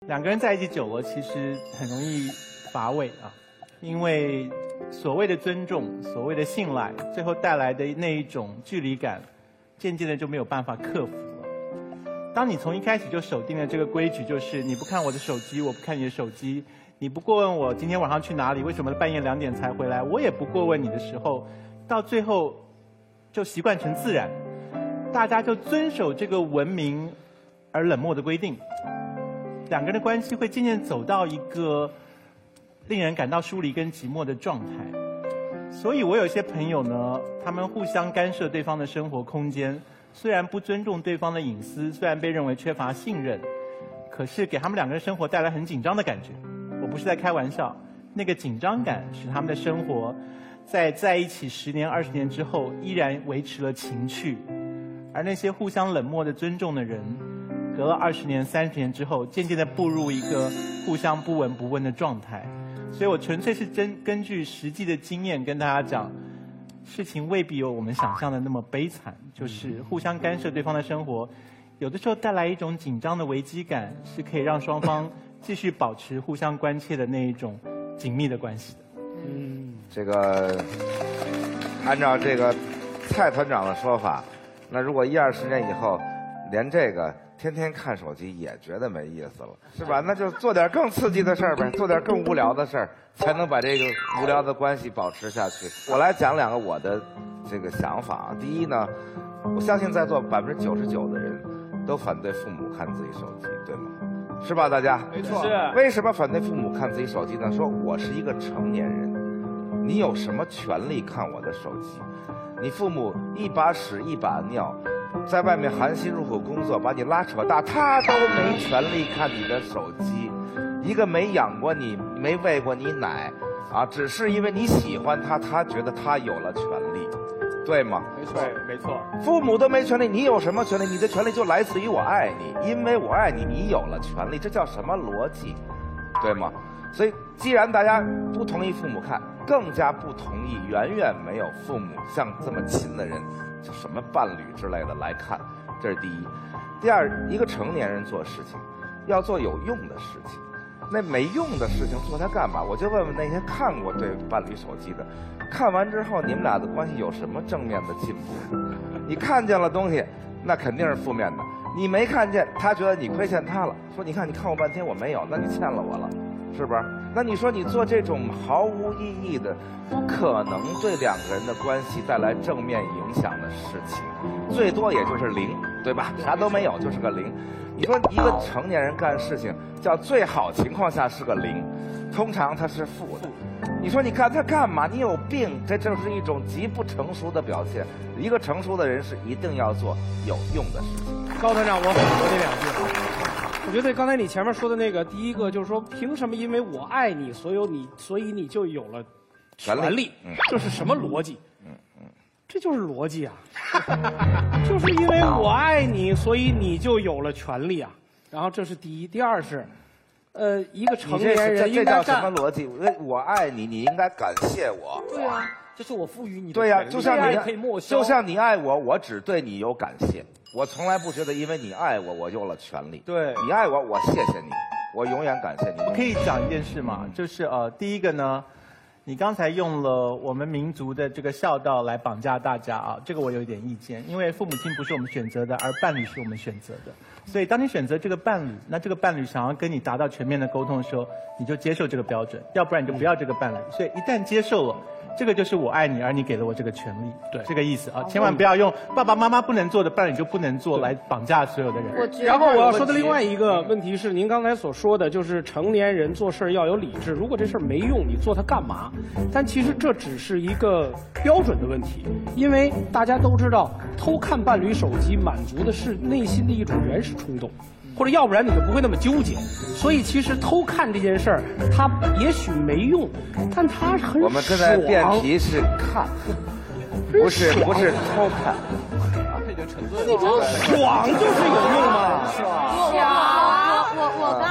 两个人在一起久了，其实很容易乏味啊，因为所谓的尊重、所谓的信赖，最后带来的那一种距离感，渐渐的就没有办法克服了。当你从一开始就守定了这个规矩，就是你不看我的手机，我不看你的手机，你不过问我今天晚上去哪里，为什么半夜2点才回来，我也不过问你的时候，到最后就习惯成自然，大家就遵守这个文明而冷漠的规定。两个人的关系会渐渐走到一个令人感到疏离跟寂寞的状态。所以我有些朋友呢，他们互相干涉对方的生活空间，虽然不尊重对方的隐私，虽然被认为缺乏信任，可是给他们两个人生活带来很紧张的感觉。我不是在开玩笑，那个紧张感使他们的生活在一起10年、20年之后，依然维持了情趣。而那些互相冷漠的尊重的人，隔了20年、30年之后，渐渐的步入一个互相不闻不问的状态。所以我纯粹是根据实际的经验跟大家讲，事情未必有我们想象的那么悲惨，就是互相干涉对方的生活，有的时候带来一种紧张的危机感，是可以让双方继续保持互相关切的那一种紧密的关系的。 这个按照这个蔡团长的说法，那如果10-20年以后，连这个天天看手机也觉得没意思了，是吧？那就做点更刺激的事儿呗，做点更无聊的事儿，才能把这个无聊的关系保持下去。我来讲2个我的这个想法啊。第一呢，我相信在座99%的人都反对父母看自己手机，对吗？是吧，大家？ 没错。是。 为什么反对父母看自己手机呢？说我是一个成年人，你有什么权利看我的手机？你父母一把屎一把尿，在外面含辛茹苦工作，把你拉扯大，他都没权利看你的手机。一个没养过你、没喂过你奶，啊，只是因为你喜欢他，他觉得他有了权利，对吗？ 没错，没错。 父母都没权利，你有什么权利？你的权利就来自于我爱你，因为我爱你，你有了权利，这叫什么逻辑？对吗？所以，既然大家不同意父母看，更加不同意远远没有父母像这么亲的人，就什么伴侣之类的来看，这是第一。第二，一个成年人做事情，要做有用的事情。那没用的事情做它干嘛？我就问问那些看过这伴侣手机的，看完之后你们俩的关系有什么正面的进步？你看见了东西，那肯定是负面的；你没看见，他觉得你亏欠他了，说你看我半天我没有，那你欠了我了。是不是？那你说你做这种毫无意义的、不可能对2个人的关系带来正面影响的事情，最多也就是0，对吧？啥都没有，就是个0。你说一个成年人干事情，叫最好情况下是个0，通常他是负的。你说你看他干嘛？你有病！这正是一种极不成熟的表现。一个成熟的人是一定要做有用的事情。 高团长，我反驳这2句。我觉得刚才你前面说的那个，第一个就是说，凭什么因为我爱你，所以你就有了权利？这是什么逻辑？这就是逻辑啊！就是因为我爱你，所以你就有了权利啊。然后这是第一，第二是，一个成年人应该这叫什么逻辑？我爱你，你应该感谢我。 对啊，这是我赋予你的对呀，就像你爱我，我只对你有感谢。我从来不觉得因为你爱我，我有了权利。 对， 你爱我，我谢谢你，我永远感谢你。 我可以讲一件事嘛，就是第一个呢，你刚才用了我们民族的这个孝道来绑架大家啊，这个我有一点意见，因为父母亲不是我们选择的，而伴侣是我们选择的。所以当你选择这个伴侣，那这个伴侣想要跟你达到全面的沟通的时候，你就接受这个标准，要不然你就不要这个伴侣。所以一旦接受了，这个就是我爱你，而你给了我这个权利，对，这个意思啊，千万不要用爸爸妈妈不能做的，伴侣就不能做来绑架所有的人。 然后我要说的另外一个问题是，您刚才所说的就是成年人做事要有理智，如果这事儿没用，你做它干嘛？但其实这只是一个标准的问题，因为大家都知道，偷看伴侣手机满足的是内心的一种原始冲动。或者要不然你就不会那么纠结，所以其实偷看这件事儿，它也许没用，但它很爽。 我们刚才辩题是看，不是偷看。 这就沉醉了。爽就是有用嘛。 爽！我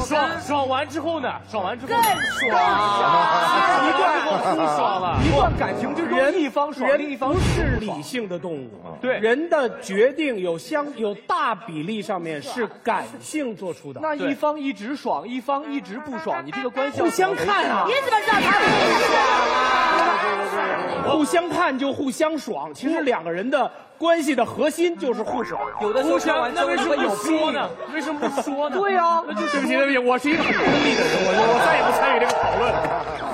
爽完之后呢？爽完之后更爽， 一段之后不爽了。 一段感情之中，一方爽，另一方不是理性的动物。 对， 人的决定有大比例上面是感性做出的。 那一方一直爽，一方一直不爽，你这个关系互相看啊！ 你怎么知道他互相看就互相爽，其实两个人的关系的核心就是互爽。 有的时候看完那为什么不说呢？为什么不说呢？ 对呀， 那就对不起，我是一个很功利的人，我再也不参与这个讨论。